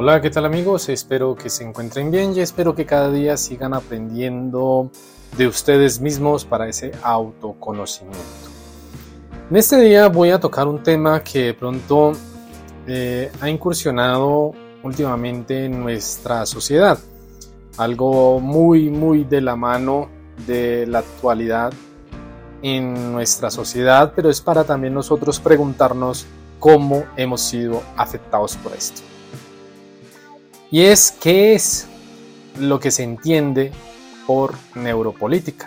Hola, ¿qué tal amigos? Espero que se encuentren bien y espero que cada día sigan aprendiendo de ustedes mismos para ese autoconocimiento. En este día voy a tocar un tema que de pronto ha incursionado últimamente en nuestra sociedad. Algo muy de la mano de la actualidad en nuestra sociedad, pero es para también nosotros preguntarnos cómo hemos sido afectados por esto. Y es, ¿qué es lo que se entiende por neuropolítica?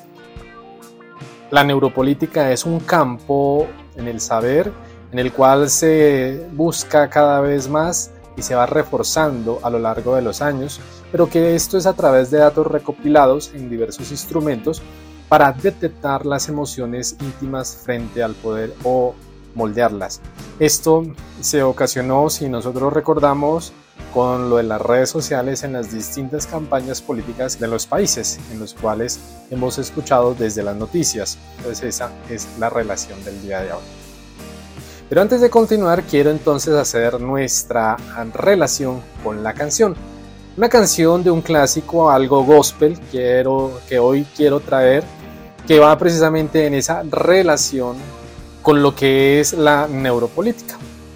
La neuropolítica es un campo en el saber en el cual se busca cada vez más y se va reforzando a lo largo de los años, pero que esto es a través de datos recopilados en diversos instrumentos para detectar las emociones íntimas frente al poder o moldearlas. Esto se ocasionó, si nosotros recordamos, con lo de las redes sociales en las distintas campañas políticas de los países en los cuales hemos escuchado desde las noticias. Entonces esa es la relación del día de hoy. Pero antes de continuar, quiero entonces hacer nuestra relación con la canción. Una canción de un clásico, algo gospel, que hoy quiero traer, que va precisamente en esa relación con lo que es la neuropolítica.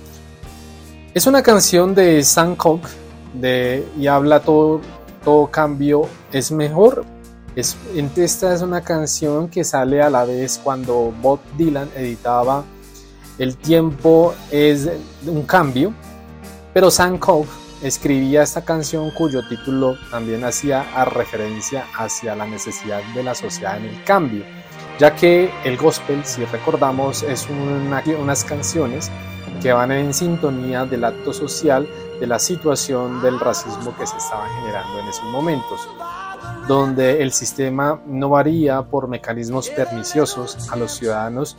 Es una canción de Sam Cooke y habla todo cambio es mejor. Esta es una canción que sale a la vez cuando Bob Dylan editaba El tiempo es un cambio, pero Sam Cooke escribía esta canción cuyo título también hacía referencia hacia la necesidad de la sociedad en el cambio, ya que el gospel, si recordamos, es unas canciones que van en sintonía del acto social, de la situación del racismo que se estaba generando en esos momentos, donde el sistema no varía por mecanismos perniciosos a los ciudadanos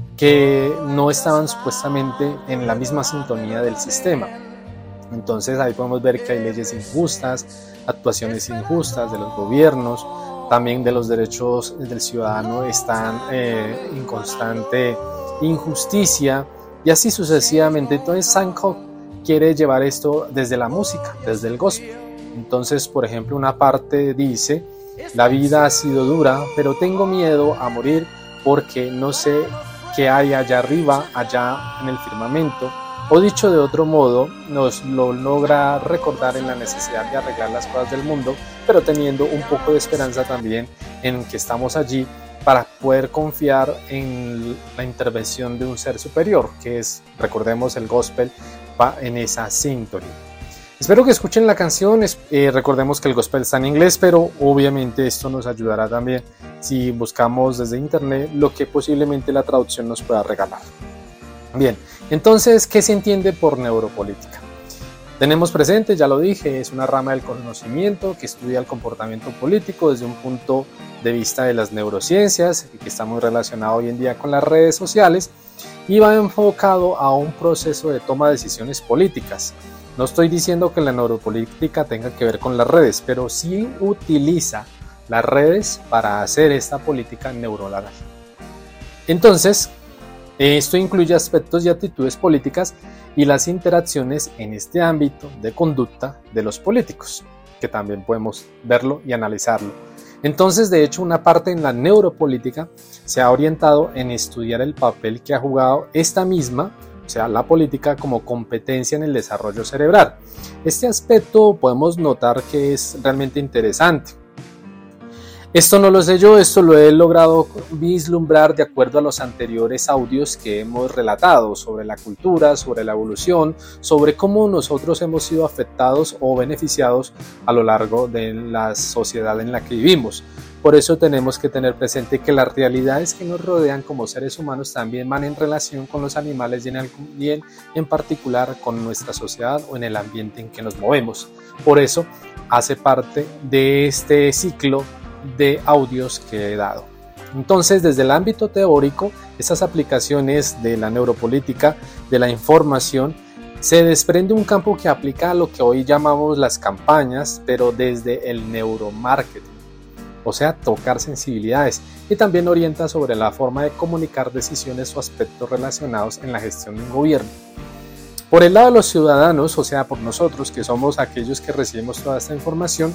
que no estaban supuestamente en la misma sintonía del sistema. Entonces ahí podemos ver que hay leyes injustas, actuaciones injustas de los gobiernos, también de los derechos del ciudadano están en constante injusticia, y así sucesivamente. Entonces Sam Cooke quiere llevar esto desde la música, desde el gospel. Entonces, por ejemplo, una parte dice: la vida ha sido dura, pero tengo miedo a morir porque no sé qué hay allá arriba, allá en el firmamento. O dicho de otro modo, nos lo logra recordar en la necesidad de arreglar las cosas del mundo, pero teniendo un poco de esperanza también en que estamos allí para poder confiar en la intervención de un ser superior, que es, recordemos, el gospel va en esa sintonía. Espero que escuchen la canción. Recordemos que el gospel está en inglés, pero obviamente esto nos ayudará también si buscamos desde internet lo que posiblemente la traducción nos pueda regalar. Bien, entonces, ¿qué se entiende por neuropolítica? Tenemos presente, ya lo dije, es una rama del conocimiento que estudia el comportamiento político desde un punto de vista de las neurociencias, y que está muy relacionado hoy en día con las redes sociales, y va enfocado a un proceso de toma de decisiones políticas. No estoy diciendo que la neuropolítica tenga que ver con las redes, pero sí utiliza las redes para hacer esta política neuronal. Entonces, esto incluye aspectos y actitudes políticas y las interacciones en este ámbito de conducta de los políticos, que también podemos verlo y analizarlo. Entonces, de hecho, una parte en la neuropolítica se ha orientado en estudiar el papel que ha jugado esta misma, o sea, la política, como competencia en el desarrollo cerebral. Este aspecto podemos notar que es realmente interesante. Esto no lo sé yo, esto lo he logrado vislumbrar de acuerdo a los anteriores audios que hemos relatado sobre la cultura, sobre la evolución, sobre cómo nosotros hemos sido afectados o beneficiados a lo largo de la sociedad en la que vivimos. Por eso tenemos que tener presente que las realidades que nos rodean como seres humanos también van en relación con los animales y en particular con nuestra sociedad o en el ambiente en que nos movemos. Por eso hace parte de este ciclo de audios que he dado. Entonces, desde el ámbito teórico, esas aplicaciones de la neuropolítica, de la información, se desprende un campo que aplica a lo que hoy llamamos las campañas, pero desde el neuromarketing, o sea, tocar sensibilidades, y también orienta sobre la forma de comunicar decisiones o aspectos relacionados en la gestión de un gobierno. Por el lado de los ciudadanos, o sea, por nosotros, que somos aquellos que recibimos toda esta información,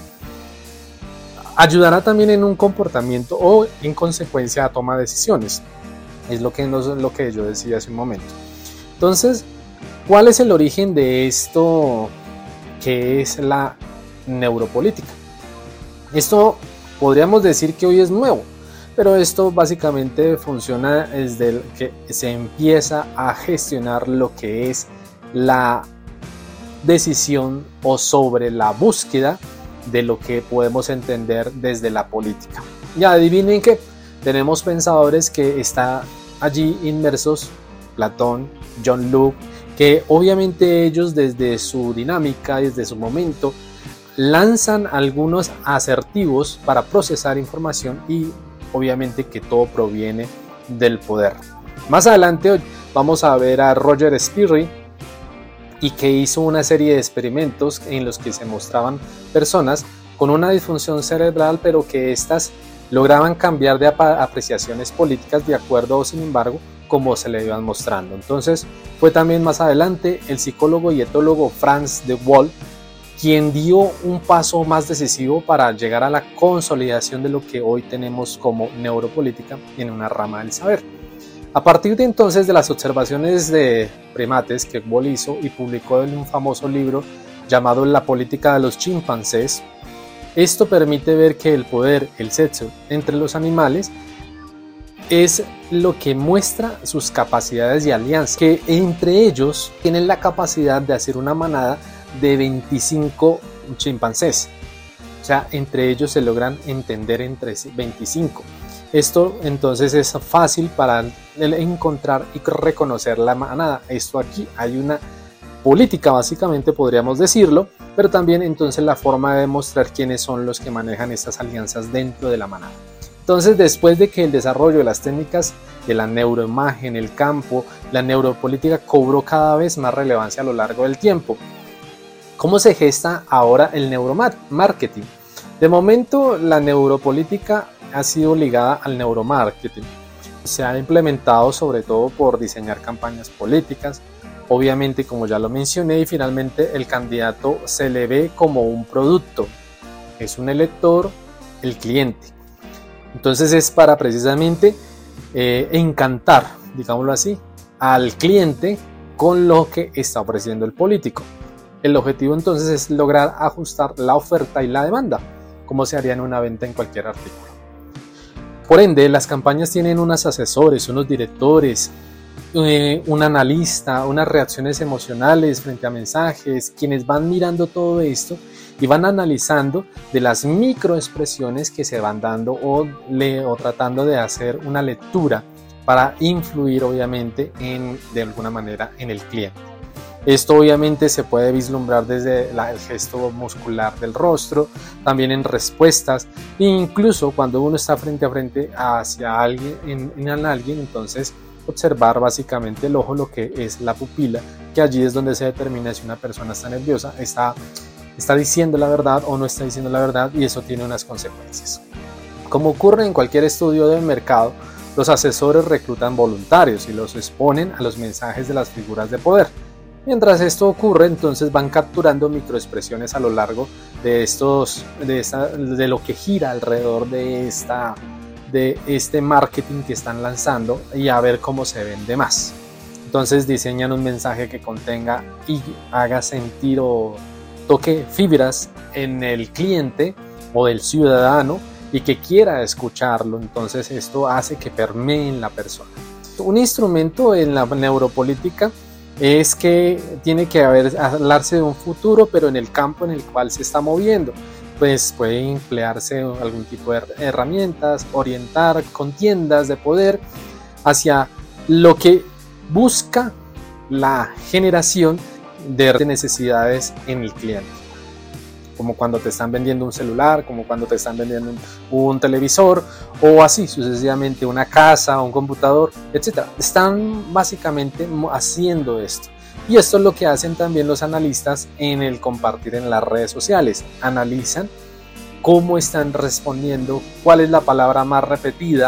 ayudará también en un comportamiento o en consecuencia a toma de decisiones. Es lo que yo decía hace un momento. Entonces, ¿cuál es el origen de esto que es la neuropolítica? Esto podríamos decir que hoy es nuevo, pero esto básicamente funciona desde el que se empieza a gestionar lo que es la decisión o sobre la búsqueda de lo que podemos entender desde la política. Ya adivinen que tenemos pensadores que están allí inmersos, Platón, John Locke, que obviamente ellos desde su dinámica, desde su momento, lanzan algunos asertivos para procesar información y obviamente que todo proviene del poder. Más adelante vamos a ver a Roger Spurrey, y que hizo una serie de experimentos en los que se mostraban personas con una disfunción cerebral, pero que éstas lograban cambiar de apreciaciones políticas de acuerdo, sin embargo, como se le iban mostrando. Entonces fue también más adelante el psicólogo y etólogo Franz de Waal quien dio un paso más decisivo para llegar a la consolidación de lo que hoy tenemos como neuropolítica en una rama del saber. A partir de entonces de las observaciones de primates que Waal hizo y publicó en un famoso libro llamado La política de los chimpancés, esto permite ver que el poder, el sexo entre los animales es lo que muestra sus capacidades y alianzas, que entre ellos tienen la capacidad de hacer una manada de 25 chimpancés. O sea, entre ellos se logran entender entre 25. Esto entonces es fácil para encontrar y reconocer la manada. Esto aquí hay una política, básicamente podríamos decirlo, pero también entonces la forma de demostrar quiénes son los que manejan estas alianzas dentro de la manada. Entonces, después de que el desarrollo de las técnicas de la neuroimagen, el campo, la neuropolítica cobró cada vez más relevancia a lo largo del tiempo. ¿Cómo se gesta ahora el neuromarketing? De momento, la neuropolítica ha sido ligada al neuromarketing. Se ha implementado sobre todo por diseñar campañas políticas, obviamente como ya lo mencioné, y finalmente el candidato se le ve como un producto, es un elector, el cliente. Entonces es para precisamente encantar, digámoslo así, al cliente con lo que está ofreciendo el político. El objetivo entonces es lograr ajustar la oferta y la demanda, como se haría en una venta en cualquier artículo. Por ende, las campañas tienen unos asesores, unos directores, un analista, unas reacciones emocionales frente a mensajes, quienes van mirando todo esto y van analizando de las microexpresiones que se van dando o tratando de hacer una lectura para influir obviamente de alguna manera en el cliente. Esto obviamente se puede vislumbrar desde el gesto muscular del rostro, también en respuestas, e incluso cuando uno está frente a frente hacia alguien, en alguien, entonces observar básicamente el ojo, lo que es la pupila, que allí es donde se determina si una persona está nerviosa, está diciendo la verdad o no está diciendo la verdad, y eso tiene unas consecuencias. Como ocurre en cualquier estudio del mercado, los asesores reclutan voluntarios y los exponen a los mensajes de las figuras de poder. Mientras esto ocurre, entonces van capturando microexpresiones a lo largo de lo que gira alrededor de este marketing que están lanzando, y a ver cómo se vende más. Entonces diseñan un mensaje que contenga y haga sentir o toque fibras en el cliente o del ciudadano y que quiera escucharlo. Entonces esto hace que permee en la persona. Un instrumento en la neuropolítica es que tiene que hablarse de un futuro, pero en el campo en el cual se está moviendo. Pues puede emplearse algún tipo de herramientas, orientar contiendas de poder hacia lo que busca la generación de necesidades en el cliente. Como cuando te están vendiendo un celular, como cuando te están vendiendo un televisor, o así sucesivamente una casa, un computador, etc. Están básicamente haciendo esto. Y esto es lo que hacen también los analistas en el compartir en las redes sociales. Analizan cómo están respondiendo, cuál es la palabra más repetida,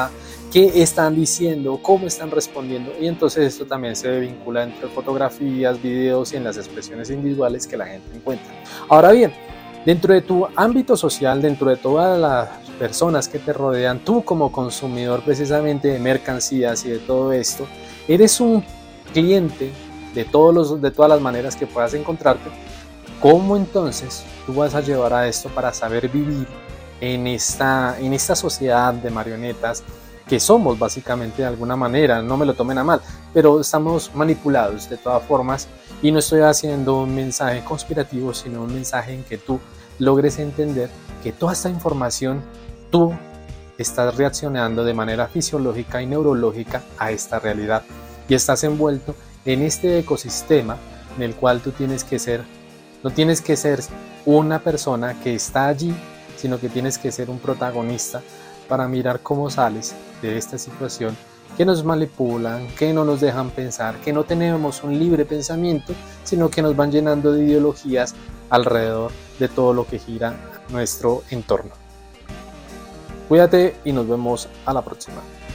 qué están diciendo, cómo están respondiendo, y entonces esto también se vincula entre fotografías, videos y en las expresiones individuales que la gente encuentra. Ahora bien, dentro de tu ámbito social, dentro de todas las personas que te rodean, tú como consumidor precisamente de mercancías y de todo esto, eres un cliente de todas las maneras que puedas encontrarte. ¿Cómo entonces tú vas a llevar a esto para saber vivir en esta sociedad de marionetas que somos básicamente de alguna manera? No me lo tomen a mal, pero estamos manipulados de todas formas, y no estoy haciendo un mensaje conspirativo, sino un mensaje en que tú logres entender que toda esta información tú estás reaccionando de manera fisiológica y neurológica a esta realidad, y estás envuelto en este ecosistema en el cual tú no tienes que ser una persona que está allí, sino que tienes que ser un protagonista para mirar cómo sales de esta situación que nos manipulan, que no nos dejan pensar, que no tenemos un libre pensamiento, sino que nos van llenando de ideologías alrededor de todo lo que gira nuestro entorno. Cuídate y nos vemos a la próxima.